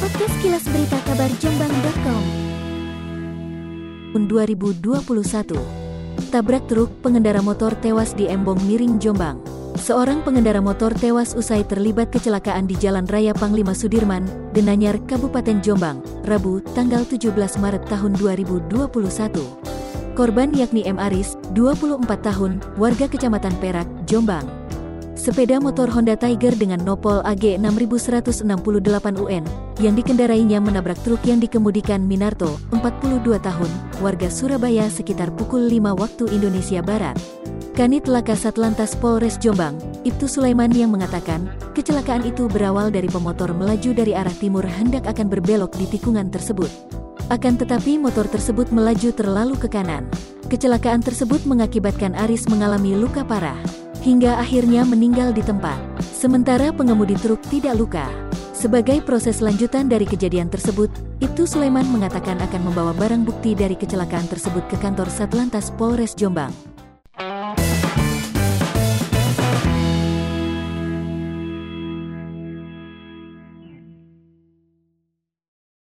Podcast Kilas Berita Kabar Jombang.com. 2021. Tabrak truk, pengendara motor tewas di Embong Miring, Jombang. Seorang pengendara motor tewas usai terlibat kecelakaan di Jalan Raya Panglima Sudirman, Denanyar, Kabupaten Jombang, Rabu, tanggal 17 Maret tahun 2021. Korban yakni M. Aris, 24 tahun, warga Kecamatan Perak, Jombang. Sepeda motor Honda Tiger dengan nopol AG 6168 UN yang dikendarainya menabrak truk yang dikemudikan Minarto, 42 tahun, warga Surabaya sekitar pukul 5 waktu Indonesia Barat. Kanit Laka Satlantas Polres Jombang, Ibtu Sulaiman yang mengatakan, kecelakaan itu berawal dari pemotor melaju dari arah timur hendak akan berbelok di tikungan tersebut. Akan tetapi motor tersebut melaju terlalu ke kanan. Kecelakaan tersebut mengakibatkan Aris mengalami luka parah, hingga akhirnya meninggal di tempat. Sementara pengemudi truk tidak luka. Sebagai proses lanjutan dari kejadian tersebut, Ibtu Sulaiman mengatakan akan membawa barang bukti dari kecelakaan tersebut ke kantor Satlantas Polres Jombang.